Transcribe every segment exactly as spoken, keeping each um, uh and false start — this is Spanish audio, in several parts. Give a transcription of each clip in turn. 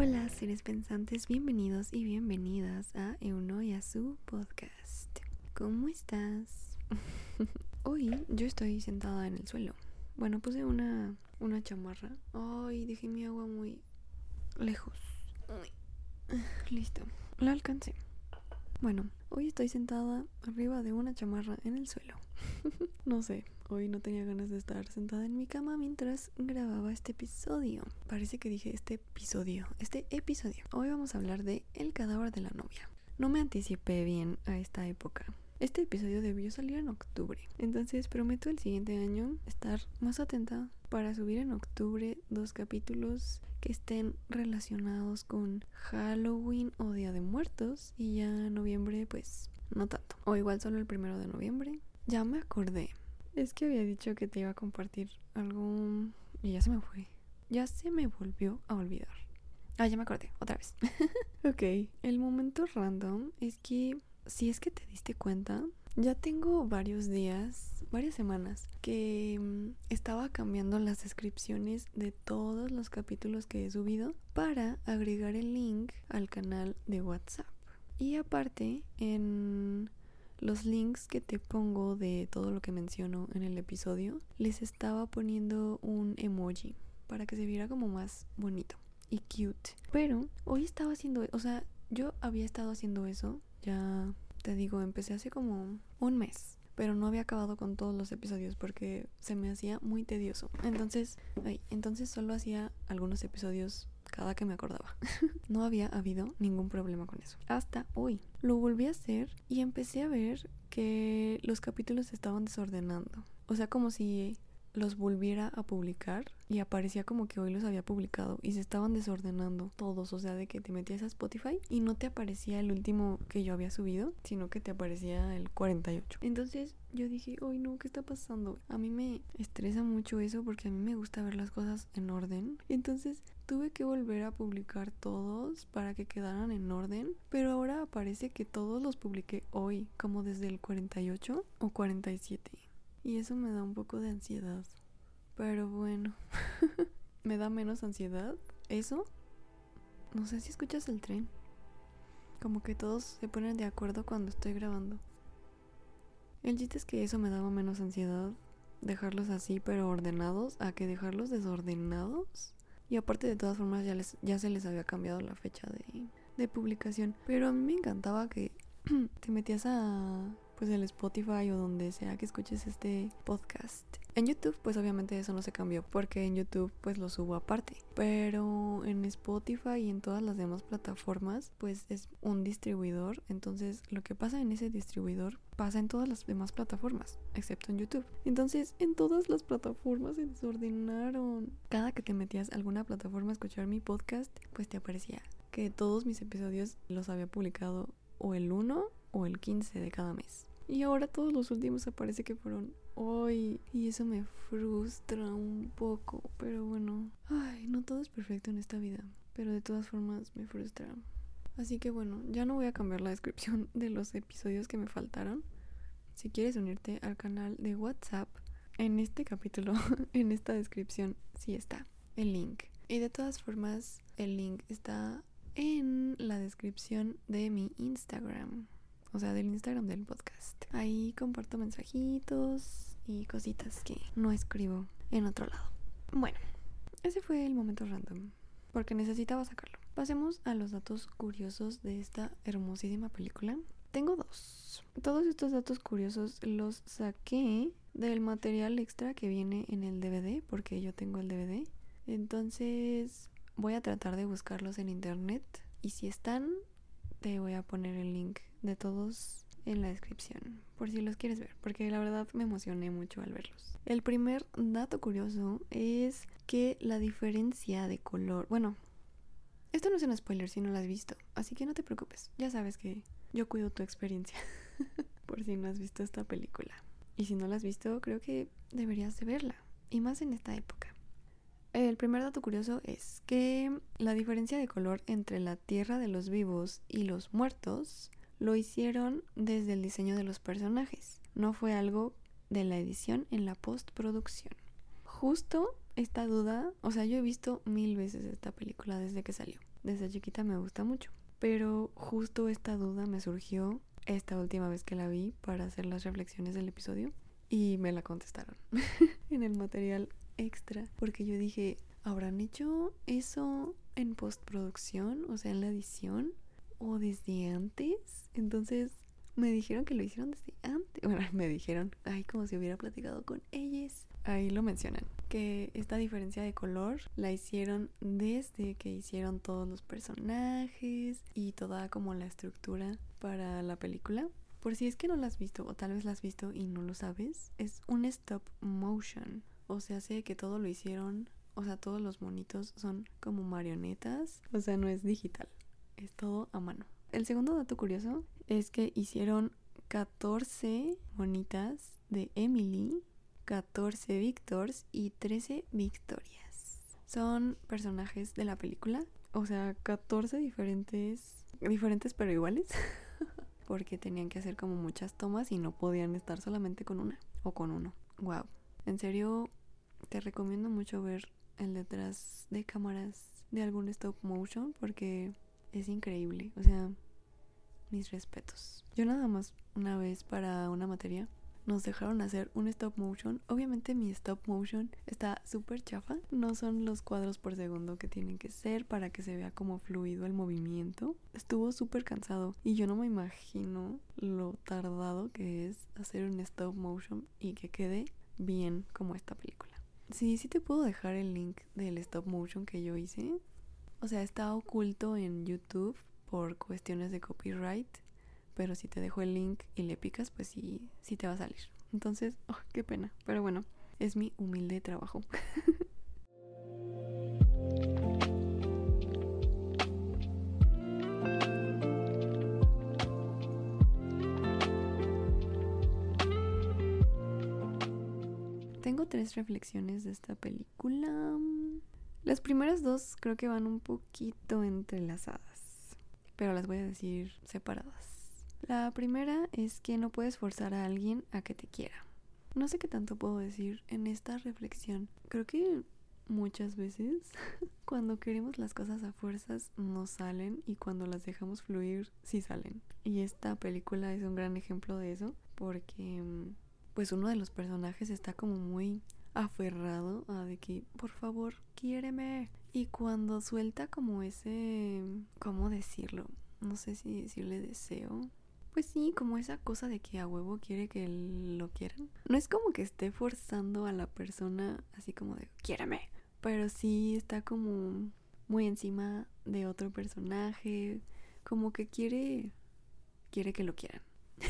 Hola seres pensantes, bienvenidos y bienvenidas a Eunoyasu Podcast. ¿Cómo estás? Hoy yo estoy sentada en el suelo. Bueno, puse una, una chamarra. Ay, dejé mi agua muy lejos. Ay. Listo, la alcancé. Bueno, hoy estoy sentada arriba de una chamarra en el suelo. No sé, hoy no tenía ganas de estar sentada en mi cama mientras grababa este episodio. Parece que dije este episodio, este episodio. Hoy vamos a hablar de El cadáver de la novia. No me anticipé bien a esta época. Este episodio debió salir en octubre, entonces prometo el siguiente año estar más atenta para subir en octubre dos capítulos que estén relacionados con Halloween o Día de Muertos, y ya en noviembre pues no tanto, o igual solo el primero de noviembre. Ya me acordé, es que había dicho que te iba a compartir algo y ya se me fue, ya se me volvió a olvidar. Ah, ya me acordé, otra vez. Ok, el momento random es que, si es que te diste cuenta, ya tengo varios días, varias semanas que um, estaba cambiando las descripciones de todos los capítulos que he subido para agregar el link al canal de WhatsApp. Y aparte, en los links que te pongo de todo lo que menciono en el episodio, les estaba poniendo un emoji para que se viera como más bonito y cute. Pero hoy estaba haciendo, o sea, yo había estado haciendo eso, ya te digo, empecé hace como un mes, pero no había acabado con todos los episodios porque se me hacía muy tedioso. Entonces, ay, entonces solo hacía algunos episodios cada que me acordaba. No había habido ningún problema con eso. Hasta hoy lo volví a hacer y empecé a ver que los capítulos se estaban desordenando. O sea, como si los volviera a publicar y aparecía como que hoy los había publicado y se estaban desordenando todos, o sea, de que te metías a Spotify y no te aparecía el último que yo había subido, sino que te aparecía el cuarenta y ocho. Entonces yo dije, ¡ay no! ¿Qué está pasando? A mí me estresa mucho eso porque a mí me gusta ver las cosas en orden. Entonces tuve que volver a publicar todos para que quedaran en orden, pero ahora aparece que todos los publiqué hoy, como desde el cuarenta y ocho o cuarenta y siete. Y eso me da un poco de ansiedad. Pero bueno, me da menos ansiedad eso. No sé si escuchas el tren. Como que todos se ponen de acuerdo cuando estoy grabando. El chiste es que eso me daba menos ansiedad, dejarlos así pero ordenados, a que dejarlos desordenados. Y aparte, de todas formas, ya, les, ya se les había cambiado la fecha de, de publicación. Pero a mí me encantaba que te metías a pues el Spotify o donde sea que escuches este podcast. En YouTube pues obviamente eso no se cambió porque en YouTube pues lo subo aparte, pero en Spotify y en todas las demás plataformas pues es un distribuidor. Entonces lo que pasa en ese distribuidor pasa en todas las demás plataformas excepto en YouTube. Entonces en todas las plataformas se desordenaron. Cada que te metías a alguna plataforma a escuchar mi podcast pues te aparecía que todos mis episodios los había publicado o el uno o el quince de cada mes. Y ahora todos los últimos aparece que fueron hoy. Y eso me frustra un poco. Pero bueno, ay, no todo es perfecto en esta vida. Pero de todas formas me frustra. Así que bueno, ya no voy a cambiar la descripción de los episodios que me faltaron. Si quieres unirte al canal de WhatsApp, en este capítulo, en esta descripción, sí está el link. Y de todas formas, el link está en la descripción de mi Instagram, o sea, del Instagram del podcast. Ahí comparto mensajitos y cositas que no escribo en otro lado. Bueno, ese fue el momento random, porque necesitaba sacarlo. Pasemos a los datos curiosos de esta hermosísima película. Tengo dos. Todos estos datos curiosos los saqué del material extra que viene en el D V D, porque yo tengo el D V D. Entonces voy a tratar de buscarlos en internet y si están, te voy a poner el link de todos en la descripción por si los quieres ver, porque la verdad me emocioné mucho al verlos. El primer dato curioso es que la diferencia de color, bueno, esto no es un spoiler si no lo has visto, así que no te preocupes, ya sabes que yo cuido tu experiencia por si no has visto esta película. Y si no la has visto, creo que deberías de verla, y más en esta época. El primer dato curioso es que la diferencia de color entre la tierra de los vivos y los muertos lo hicieron desde el diseño de los personajes. No fue algo de la edición en la postproducción. Justo esta duda, o sea, yo he visto mil veces esta película desde que salió. desde chiquita me gusta mucho. Pero justo esta duda me surgió esta última vez que la vi para hacer las reflexiones del episodio y me la contestaron en el material extra, porque yo dije, ¿habrán hecho eso en postproducción? O sea, en la edición, o desde antes. Entonces me dijeron que lo hicieron desde antes. Bueno, me dijeron, ay, como si hubiera platicado con ellas. Ahí lo mencionan, que esta diferencia de color la hicieron desde que hicieron todos los personajes y toda como la estructura para la película. Por si es que no la has visto, o tal vez la has visto y no lo sabes, es un stop motion. O sea, sé que todo lo hicieron, o sea, todos los monitos son como marionetas, o sea, no es digital, es todo a mano. El segundo dato curioso es que hicieron catorce monitas de Emily, catorce Victors y trece Victorias. Son personajes de la película, o sea, catorce diferentes, diferentes pero iguales, porque tenían que hacer como muchas tomas y no podían estar solamente con una o con uno. Wow. En serio, te recomiendo mucho ver el detrás de cámaras de algún stop motion porque es increíble. O sea, mis respetos. Yo nada más una vez para una materia nos dejaron hacer un stop motion. Obviamente mi stop motion está súper chafa. No son los cuadros por segundo que tienen que ser para que se vea como fluido el movimiento. Estuvo súper cansado y yo no me imagino lo tardado que es hacer un stop motion y que quede bien como esta película. Sí, sí te puedo dejar el link del stop motion que yo hice. O sea, está oculto en YouTube por cuestiones de copyright, pero si te dejo el link y le picas, pues sí, sí te va a salir. Entonces, oh, qué pena. Pero bueno, es mi humilde trabajo. Tengo tres reflexiones de esta película. Las primeras dos creo que van un poquito entrelazadas, pero las voy a decir separadas. La primera es que no puedes forzar a alguien a que te quiera. No sé qué tanto puedo decir en esta reflexión. Creo que muchas veces cuando queremos las cosas a fuerzas no salen y cuando las dejamos fluir sí salen. Y esta película es un gran ejemplo de eso porque pues uno de los personajes está como muy aferrado a de que por favor quiéreme, y cuando suelta como ese, ¿cómo decirlo? No sé si decirle deseo. Pues sí, como esa cosa de que a huevo quiere que lo quieran. No es como que esté forzando a la persona así como de quiéreme, pero sí está como muy encima de otro personaje, como que quiere quiere que lo quieran.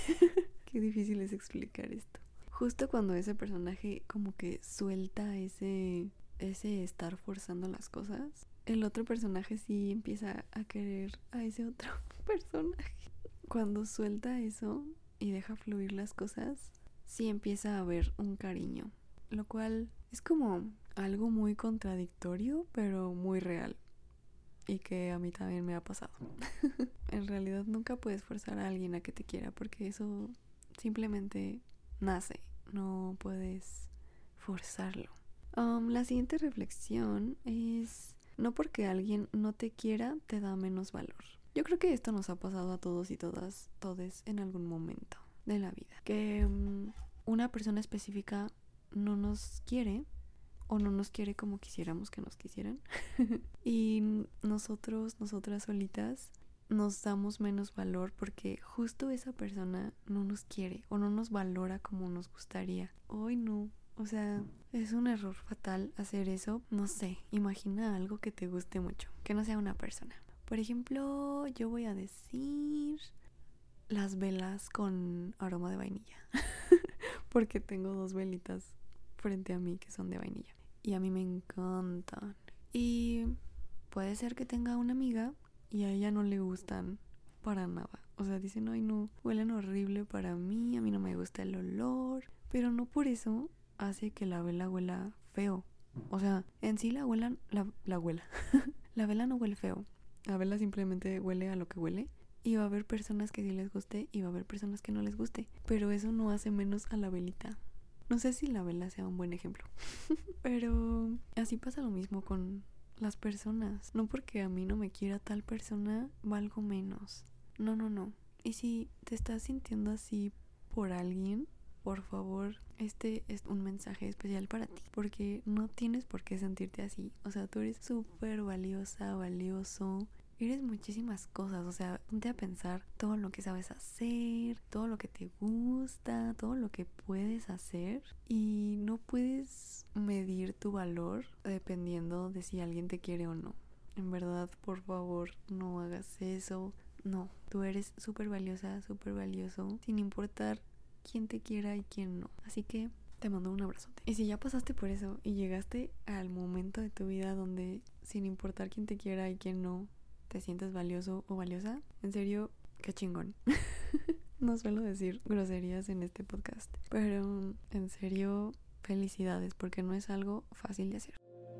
Qué difícil es explicar esto. Justo cuando ese personaje como que suelta ese ese estar forzando las cosas, el otro personaje sí empieza a querer a ese otro personaje. Cuando suelta eso y deja fluir las cosas, sí empieza a haber un cariño, lo cual es como algo muy contradictorio, pero muy real, y que a mí también me ha pasado. En realidad nunca puedes forzar a alguien a que te quiera, porque eso simplemente nace, no puedes forzarlo. Um, la siguiente reflexión es: no porque alguien no te quiera te da menos valor. Yo creo que esto nos ha pasado a todos y todas, todes en algún momento de la vida. Que um, una persona específica no nos quiere o no nos quiere como quisiéramos que nos quisieran. Y nosotros, nosotras solitas, nos damos menos valor porque justo esa persona no nos quiere o no nos valora como nos gustaría. Hoy no. O sea, es un error fatal hacer eso. No sé, imagina algo que te guste mucho, que no sea una persona. Por ejemplo, yo voy a decir las velas con aroma de vainilla. Porque tengo dos velitas frente a mí que son de vainilla. Y a mí me encantan. Y puede ser que tenga una amiga y a ella no le gustan para nada. O sea, dicen, ay no, huelen horrible para mí, a mí no me gusta el olor. Pero no por eso hace que la vela huela feo. O sea, en sí la huela, la, la huela. La vela no huele feo. La vela simplemente huele a lo que huele. Y va a haber personas que sí les guste y va a haber personas que no les guste. Pero eso no hace menos a la velita. No sé si la vela sea un buen ejemplo. Pero así pasa lo mismo con las personas. No porque a mí no me quiera tal persona, valgo menos. No, no, no. Y si te estás sintiendo así por alguien, por favor, este es un mensaje especial para ti, porque no tienes por qué sentirte así. O sea, tú eres súper valiosa, valioso. Eres muchísimas cosas, o sea, ponte a pensar todo lo que sabes hacer, todo lo que te gusta, todo lo que puedes hacer, y no puedes medir tu valor dependiendo de si alguien te quiere o no. En verdad, por favor, no hagas eso. No, tú eres súper valiosa, súper valioso, sin importar quién te quiera y quién no. Así que te mando un abrazote. Y si ya pasaste por eso y llegaste al momento de tu vida donde, sin importar quién te quiera y quién no, te sientes valioso o valiosa, en serio, qué chingón. No suelo decir groserías en este podcast, pero en serio, felicidades, porque no es algo fácil de hacer.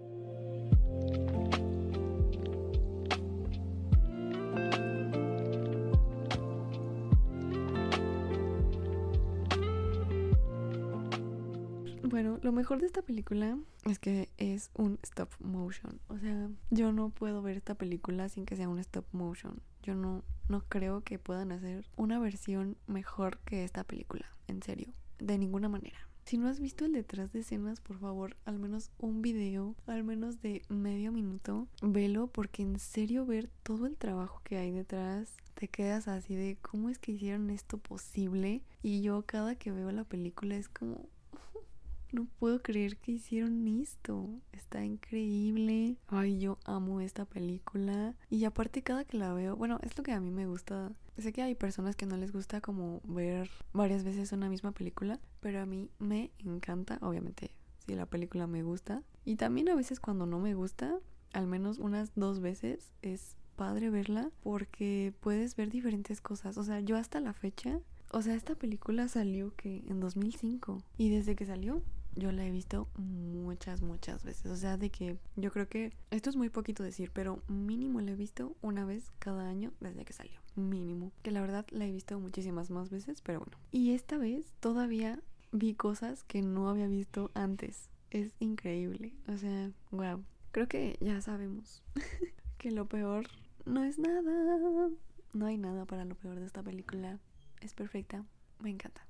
Bueno, lo mejor de esta película es que es un stop motion. O sea, yo no puedo ver esta película sin que sea un stop motion. Yo no, no creo que puedan hacer una versión mejor que esta película. En serio, de ninguna manera. Si no has visto el detrás de escenas, por favor, al menos un video, al menos de medio minuto, velo, porque en serio ver todo el trabajo que hay detrás, te quedas así de cómo es que hicieron esto posible. Y yo cada que veo la película es como... no puedo creer que hicieron esto. Está increíble. Ay, yo amo esta película. Y aparte cada que la veo, bueno, es lo que a mí me gusta. Sé que hay personas que no les gusta como ver varias veces una misma película, pero a mí me encanta, obviamente, si la película me gusta. Y también a veces cuando no me gusta, al menos unas dos veces, es padre verla porque puedes ver diferentes cosas. O sea, yo hasta la fecha... O sea, esta película salió que en dos mil cinco. Y desde que salió, yo la he visto muchas, muchas veces. O sea, de que yo creo que esto es muy poquito decir, pero mínimo la he visto una vez cada año desde que salió. Mínimo. Que la verdad la he visto muchísimas más veces, pero bueno. Y esta vez todavía vi cosas que no había visto antes. Es increíble. O sea, wow. Creo que ya sabemos que lo peor no es nada. No hay nada para lo peor de esta película. Es perfecta, me encanta.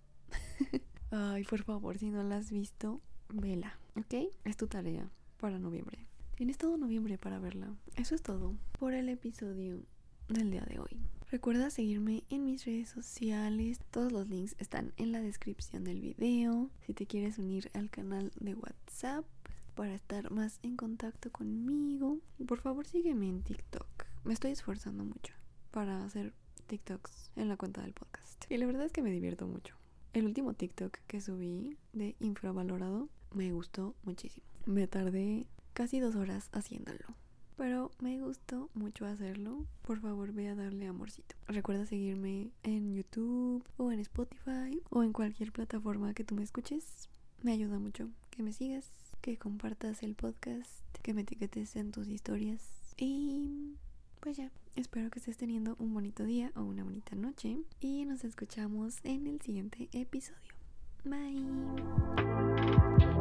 Ay, por favor, si no la has visto, vela, ¿ok? Es tu tarea para noviembre. Tienes todo noviembre para verla. Eso es todo por el episodio del día de hoy. Recuerda seguirme en mis redes sociales. Todos los links están en la descripción del video. Si te quieres unir al canal de WhatsApp para estar más en contacto conmigo, por favor sígueme en TikTok. Me estoy esforzando mucho para hacer TikToks en la cuenta del podcast. Y la verdad es que me divierto mucho. El último TikTok que subí de infravalorado me gustó muchísimo. Me tardé casi dos horas haciéndolo, pero me gustó mucho hacerlo. Por favor, ve a darle amorcito. Recuerda seguirme en YouTube o en Spotify o en cualquier plataforma que tú me escuches. Me ayuda mucho que me sigas, que compartas el podcast, que me etiquetes en tus historias. Y pues ya, espero que estés teniendo un bonito día o una bonita noche y nos escuchamos en el siguiente episodio. Bye.